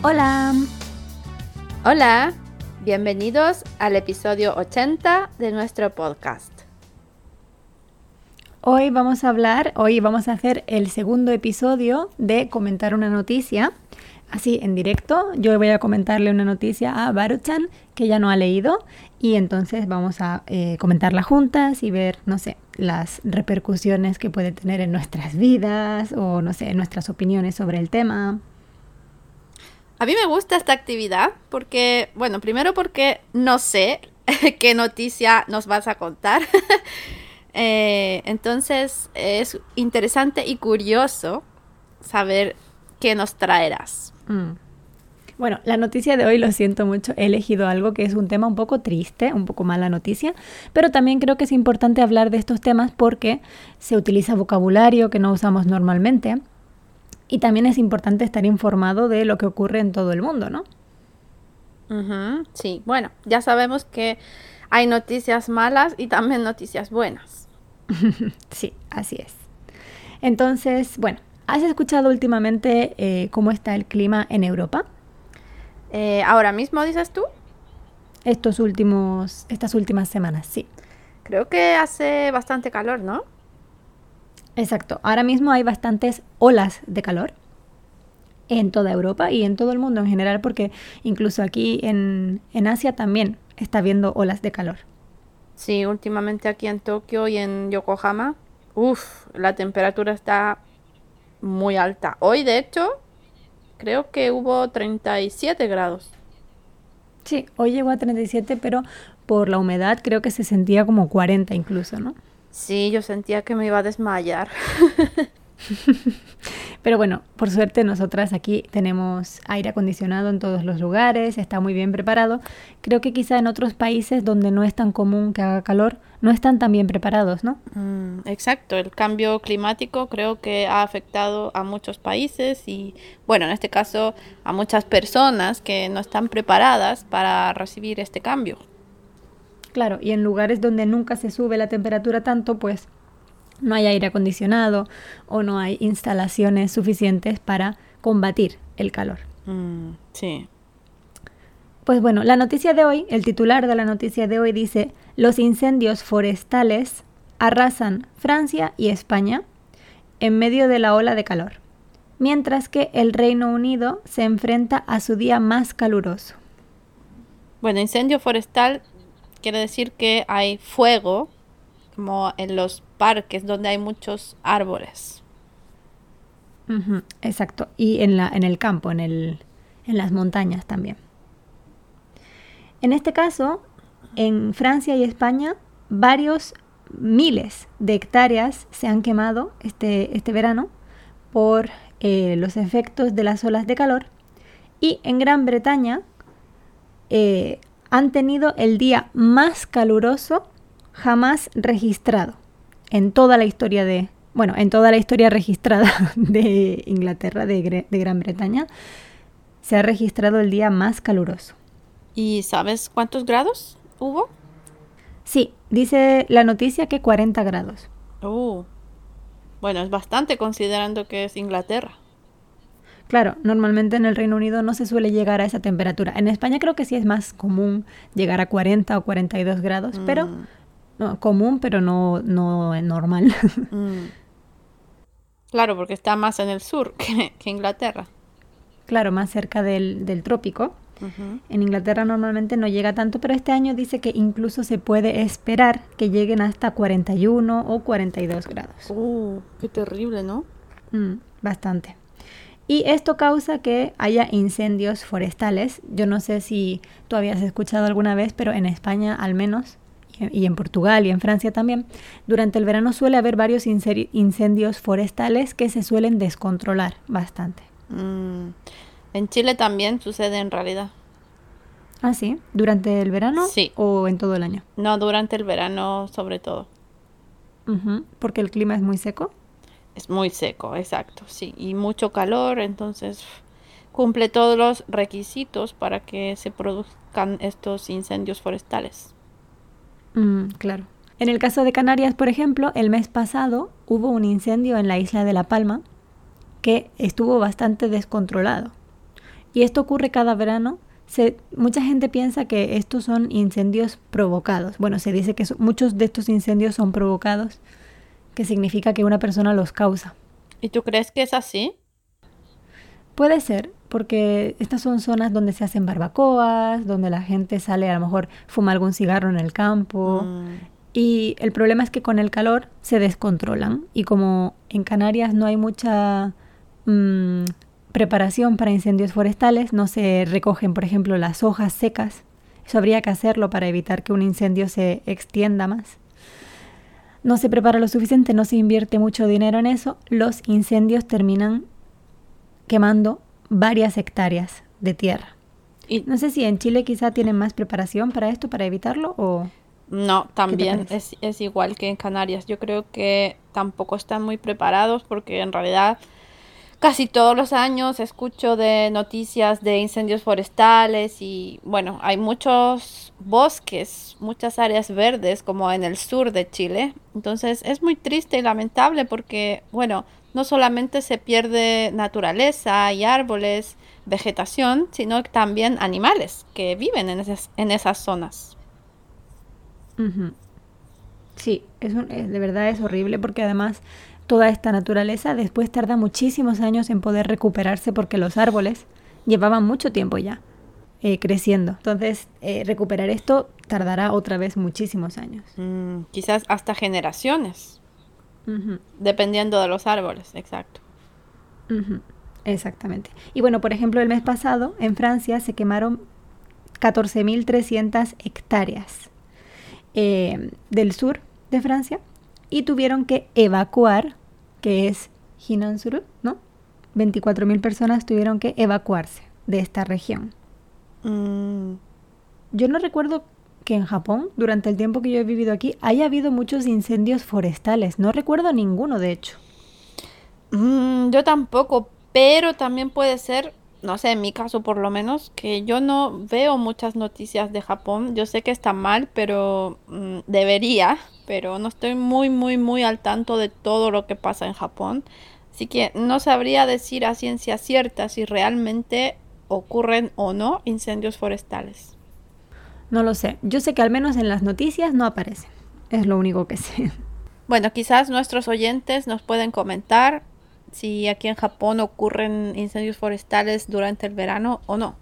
Hola, Hola, bienvenidos al episodio 80 de nuestro podcast. hoy vamos a hacer el segundo episodio de comentar una noticia, así en directo. Yo voy a comentarle una noticia a Baruchan que ella no ha leído y entonces vamos a comentarla juntas y ver, no sé, las repercusiones que puede tener en nuestras vidas o, no sé, nuestras opiniones sobre el tema. A mí me gusta esta actividad porque, bueno, primero porque no sé qué noticia nos vas a contar. Entonces es interesante y curioso saber qué nos traerás. Bueno, la noticia de hoy, lo siento mucho, he elegido algo que es un tema un poco triste, un poco mala noticia, pero también creo que es importante hablar de estos temas porque se utiliza vocabulario que no usamos normalmente y también es importante estar informado de lo que ocurre en todo el mundo, ¿no? Sí, bueno, ya sabemos que hay noticias malas y también noticias buenas. Sí, así es. Entonces, bueno, ¿has escuchado últimamente cómo está el clima en Europa? Ahora mismo, dices tú, Estas últimas semanas, sí. creo que hace bastante calor, ¿no? Exacto. Ahora mismo hay bastantes olas de calor en toda Europa y en todo el mundo en general, porque incluso aquí en Asia también está habiendo olas de calor. Sí, últimamente aquí en Tokio y en Yokohama, la temperatura está muy alta. Hoy, de hecho, creo que hubo 37 grados. Sí, hoy llegó a 37, pero por la humedad creo que se sentía como 40 incluso, ¿no? Sí, yo sentía que me iba a desmayar. Pero bueno, por suerte nosotras aquí tenemos aire acondicionado en todos los lugares, está muy bien preparado. Creo que quizá en otros países donde no es tan común que haga calor, no están tan bien preparados, ¿no? Exacto, el cambio climático creo que ha afectado a muchos países y, bueno, en este caso a muchas personas que no están preparadas para recibir este cambio. Claro, y en lugares donde nunca se sube la temperatura tanto, pues no hay aire acondicionado o no hay instalaciones suficientes para combatir el calor. Sí. Pues bueno, la noticia de hoy, el titular de la noticia de hoy dice: los incendios forestales arrasan Francia y España en medio de la ola de calor, mientras que el Reino Unido se enfrenta a su día más caluroso. Bueno, incendio forestal quiere decir que hay fuego, como en los parques donde hay muchos árboles. Ujú, exacto, y en el campo, en las montañas también. En este caso, en Francia y España, varios miles de hectáreas se han quemado este verano por los efectos de las olas de calor. Y en Gran Bretaña han tenido el día más caluroso jamás registrado en toda la historia en toda la historia registrada de Inglaterra, de Gran Bretaña, se ha registrado el día más caluroso. ¿Y sabes cuántos grados hubo? Sí, dice la noticia que 40 grados. Bueno, es bastante considerando que es Inglaterra. Claro, normalmente en el Reino Unido no se suele llegar a esa temperatura. En España creo que sí es más común llegar a 40 o 42 grados, pero no, común, pero no normal. Claro, porque está más en el sur que Inglaterra. Claro, más cerca del trópico. En Inglaterra normalmente no llega tanto, pero este año dice que incluso se puede esperar que lleguen hasta 41 o 42 grados. Qué terrible, ¿no? Bastante. Y esto causa que haya incendios forestales. Yo no sé si tú habías escuchado alguna vez, pero en España al menos, y en Portugal y en Francia también, durante el verano suele haber varios incendios forestales que se suelen descontrolar bastante. En Chile también sucede en realidad. ¿Ah, sí? ¿Durante el verano? Sí. ¿O en todo el año? No, durante el verano sobre todo. Porque el clima es muy seco. Es muy seco, exacto, sí. Y mucho calor, entonces cumple todos los requisitos para que se produzcan estos incendios forestales. Claro. En el caso de Canarias, por ejemplo, el mes pasado hubo un incendio en la isla de La Palma que estuvo bastante descontrolado. Y esto ocurre cada verano. Mucha gente piensa que estos son incendios provocados. Bueno, se dice que muchos de estos incendios son provocados, que significa que una persona los causa. ¿Y tú crees que es así? Puede ser, porque estas son zonas donde se hacen barbacoas, donde la gente sale, a lo mejor fuma algún cigarro en el campo. Y el problema es que con el calor se descontrolan. Y como en Canarias no hay mucha preparación para incendios forestales, no se recogen, por ejemplo, las hojas secas. Eso habría que hacerlo para evitar que un incendio se extienda más. No se prepara lo suficiente, no se invierte mucho dinero en eso. Los incendios terminan quemando varias hectáreas de tierra. Y no sé si en Chile quizá tienen más preparación para esto, para evitarlo, o... No, también es igual que en Canarias. Yo creo que tampoco están muy preparados porque en realidad casi todos los años escucho de noticias de incendios forestales y bueno, hay muchos bosques, muchas áreas verdes como en el sur de Chile. Entonces es muy triste y lamentable porque, bueno, no solamente se pierde naturaleza y árboles, vegetación, sino también animales que viven en esas zonas. Uh-huh. Sí, de verdad es horrible porque además toda esta naturaleza después tarda muchísimos años en poder recuperarse porque los árboles llevaban mucho tiempo ya creciendo. Entonces, recuperar esto tardará otra vez muchísimos años. Quizás hasta generaciones, Uh-huh. dependiendo de los árboles, exacto. Uh-huh. Exactamente. Y bueno, por ejemplo, el mes pasado en Francia se quemaron 14.300 hectáreas del sur de Francia y tuvieron que evacuar, que es Hinansuru, ¿no? 24.000 personas tuvieron que evacuarse de esta región. Yo no recuerdo que en Japón, durante el tiempo que yo he vivido aquí, haya habido muchos incendios forestales. No recuerdo ninguno, de hecho. Yo tampoco, pero también puede ser, no sé, en mi caso por lo menos, que yo no veo muchas noticias de Japón. Yo sé que está mal, pero debería, pero no estoy muy al tanto de todo lo que pasa en Japón. Así que no sabría decir a ciencia cierta si realmente ocurren o no incendios forestales. No lo sé. Yo sé que al menos en las noticias no aparecen. Es lo único que sé. Bueno, quizás nuestros oyentes nos pueden comentar si aquí en Japón ocurren incendios forestales durante el verano o no.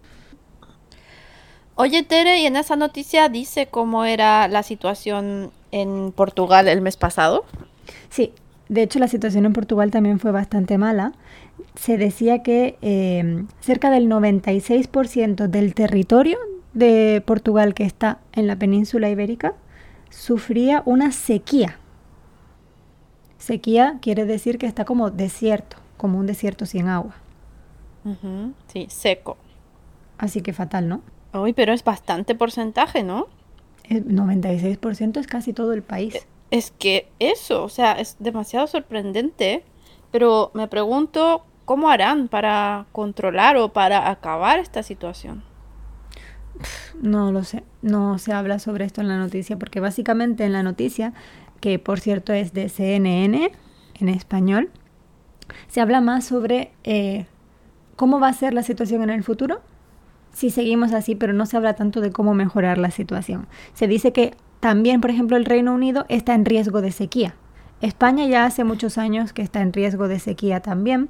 Oye, Tere, y en esa noticia dice cómo era la situación en Portugal el mes pasado. Sí, de hecho la situación en Portugal también fue bastante mala. Se decía que cerca del 96% del territorio de Portugal que está en la península ibérica sufría una sequía. Sequía quiere decir que está como desierto, como un desierto sin agua. Sí, seco. Así que fatal, ¿no? Uy, pero es bastante porcentaje, ¿no? El 96% es casi todo el país. Es que eso, o sea, es demasiado sorprendente, pero me pregunto cómo harán para controlar o para acabar esta situación. No lo sé, no se habla sobre esto en la noticia, porque básicamente en la noticia, que por cierto es de CNN en español, se habla más sobre cómo va a ser la situación en el futuro si seguimos así, pero no se habla tanto de cómo mejorar la situación. Se dice que también, por ejemplo, el Reino Unido está en riesgo de sequía. España ya hace muchos años que está en riesgo de sequía también.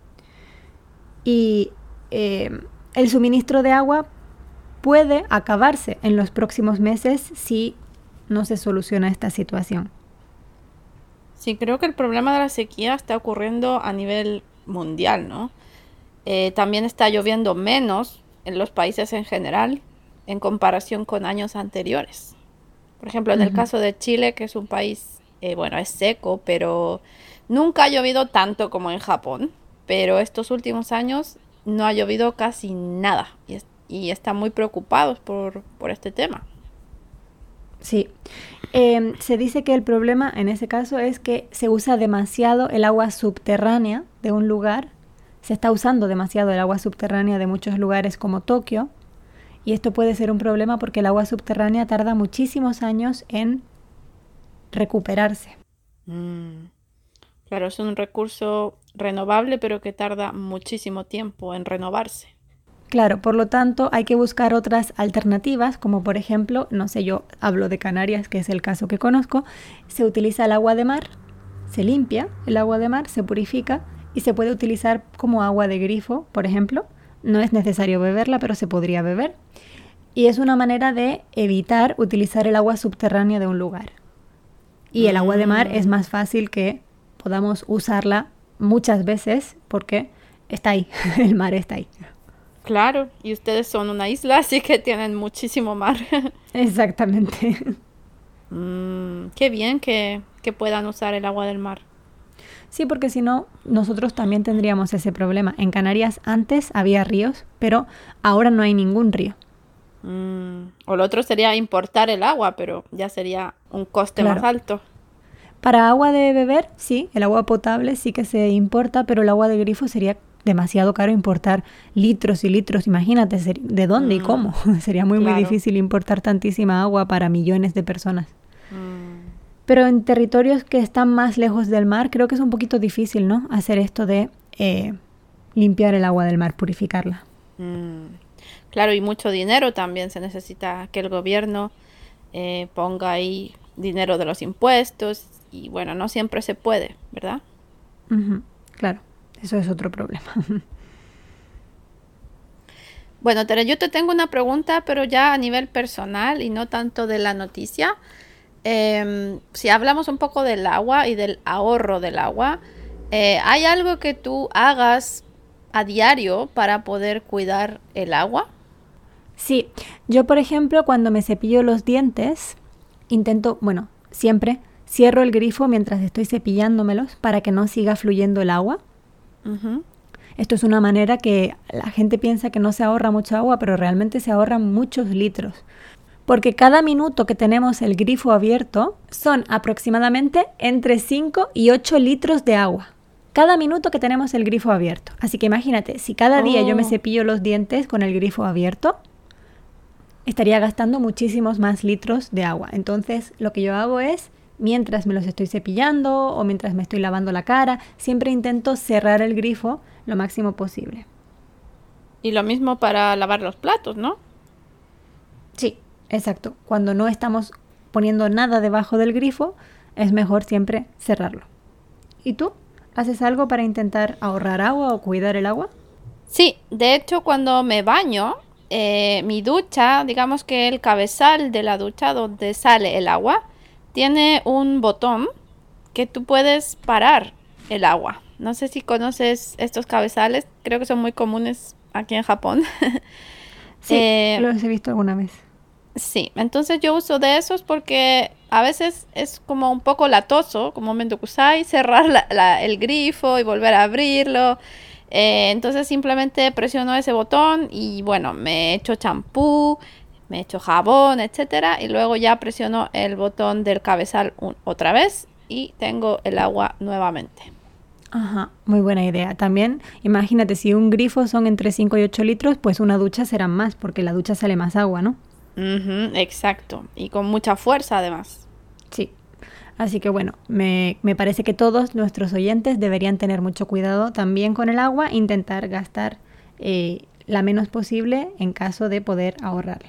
Y el suministro de agua puede acabarse en los próximos meses si no se soluciona esta situación. Sí, creo que el problema de la sequía está ocurriendo a nivel mundial, ¿no? También está lloviendo menos en los países en general en comparación con años anteriores. Por ejemplo, en el caso de Chile, que es un país, bueno, es seco, pero nunca ha llovido tanto como en Japón. Pero estos últimos años no ha llovido casi nada y están muy preocupados por este tema. Sí, se dice que el problema en ese caso es que se usa demasiado el agua subterránea de un lugar. Se está usando demasiado el agua subterránea de muchos lugares como Tokio. Y esto puede ser un problema porque el agua subterránea tarda muchísimos años en recuperarse. Claro, es un recurso renovable, pero que tarda muchísimo tiempo en renovarse. Claro, por lo tanto hay que buscar otras alternativas, como por ejemplo, no sé, yo hablo de Canarias, que es el caso que conozco, se utiliza el agua de mar, se limpia el agua de mar, se purifica y se puede utilizar como agua de grifo, por ejemplo. No es necesario beberla, pero se podría beber. Y es una manera de evitar utilizar el agua subterránea de un lugar. Y el agua de mar es más fácil que podamos usarla muchas veces porque está ahí, el mar está ahí. Claro, y ustedes son una isla, así que tienen muchísimo mar. Exactamente. Qué bien que puedan usar el agua del mar. Sí, porque si no, nosotros también tendríamos ese problema. En Canarias antes había ríos, pero ahora no hay ningún río. O lo otro sería importar el agua, pero ya sería un coste más alto. Para agua de beber, sí, el agua potable sí que se importa, pero el agua de grifo sería demasiado caro importar litros y litros. Imagínate, ¿de dónde y cómo? Sería muy difícil importar tantísima agua para millones de personas. Pero en territorios que están más lejos del mar, creo que es un poquito difícil, ¿no? Hacer esto de limpiar el agua del mar, purificarla. Claro, y mucho dinero también. Se necesita que el gobierno ponga ahí dinero de los impuestos. Y bueno, no siempre se puede, ¿verdad? Claro, eso es otro problema. Bueno, Tere, yo te tengo una pregunta, pero ya a nivel personal y no tanto de la noticia. Si hablamos un poco del agua y del ahorro del agua, ¿hay algo que tú hagas a diario para poder cuidar el agua? Sí, yo por ejemplo cuando me cepillo los dientes, intento, bueno, siempre cierro el grifo mientras estoy cepillándomelos para que no siga fluyendo el agua. Esto es una manera que la gente piensa que no se ahorra mucha agua, pero realmente se ahorran muchos litros. Porque cada minuto que tenemos el grifo abierto son aproximadamente entre 5 y 8 litros de agua. Cada minuto que tenemos el grifo abierto. Así que imagínate, si cada día yo me cepillo los dientes con el grifo abierto, estaría gastando muchísimos más litros de agua. Entonces, lo que yo hago es, mientras me los estoy cepillando o mientras me estoy lavando la cara, siempre intento cerrar el grifo lo máximo posible. Y lo mismo para lavar los platos, ¿no? Sí, exacto. Cuando no estamos poniendo nada debajo del grifo, es mejor siempre cerrarlo. ¿Y tú? ¿Haces algo para intentar ahorrar agua o cuidar el agua? Sí, de hecho cuando me baño, mi ducha, digamos que el cabezal de la ducha donde sale el agua, tiene un botón que tú puedes parar el agua. No sé si conoces estos cabezales, creo que son muy comunes aquí en Japón. Sí, los he visto alguna vez. Sí, entonces yo uso de esos porque a veces es como un poco latoso, como mendokusai, cerrar el grifo y volver a abrirlo. Entonces simplemente presiono ese botón y bueno, me echo champú, me echo jabón, etcétera, y luego ya presiono el botón del cabezal otra vez y tengo el agua nuevamente. Ajá, muy buena idea. También, imagínate, si un grifo son entre 5 y 8 litros, pues una ducha será más, porque la ducha sale más agua, ¿no? Exacto, y con mucha fuerza además. Sí, así que bueno, me parece que todos nuestros oyentes deberían tener mucho cuidado también con el agua, intentar gastar la menos posible en caso de poder ahorrarla.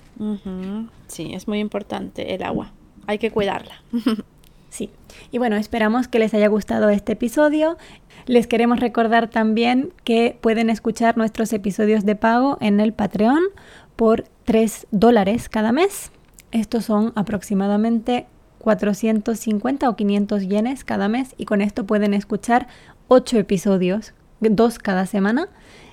Sí, es muy importante el agua, hay que cuidarla. Sí, y bueno, esperamos que les haya gustado este episodio. Les queremos recordar también que pueden escuchar nuestros episodios de pago en el Patreon por $3 cada mes. Estos son aproximadamente 450 o 500 yenes cada mes y con esto pueden escuchar 8 episodios, 2 cada semana.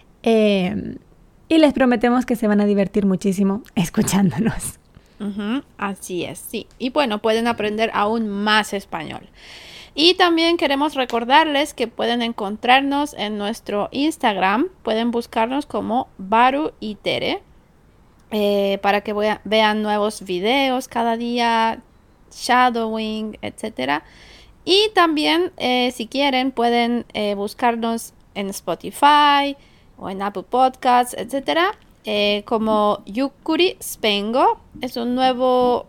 Y les prometemos que se van a divertir muchísimo escuchándonos. Así es, sí. Y bueno, pueden aprender aún más español. Y también queremos recordarles que pueden encontrarnos en nuestro Instagram. Pueden buscarnos como Baru y Tere para que vean nuevos videos cada día, shadowing, etcétera. Y también, si quieren, pueden buscarnos en Spotify o en Apple Podcasts, etcétera. Como Yukkuri Spengo, es un nuevo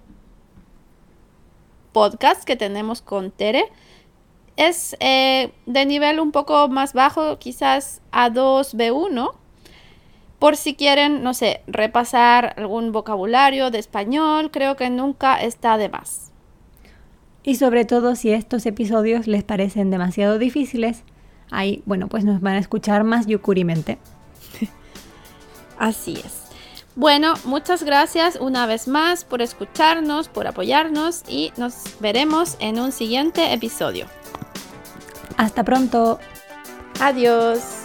podcast que tenemos con Tere. Es de nivel un poco más bajo, quizás A2, B1, por si quieren, no sé, repasar algún vocabulario de español, creo que nunca está de más. Y sobre todo si estos episodios les parecen demasiado difíciles, ahí, bueno, pues nos van a escuchar más yucurimente. Así es. Bueno, muchas gracias una vez más por escucharnos, por apoyarnos y nos veremos en un siguiente episodio. Hasta pronto. Adiós.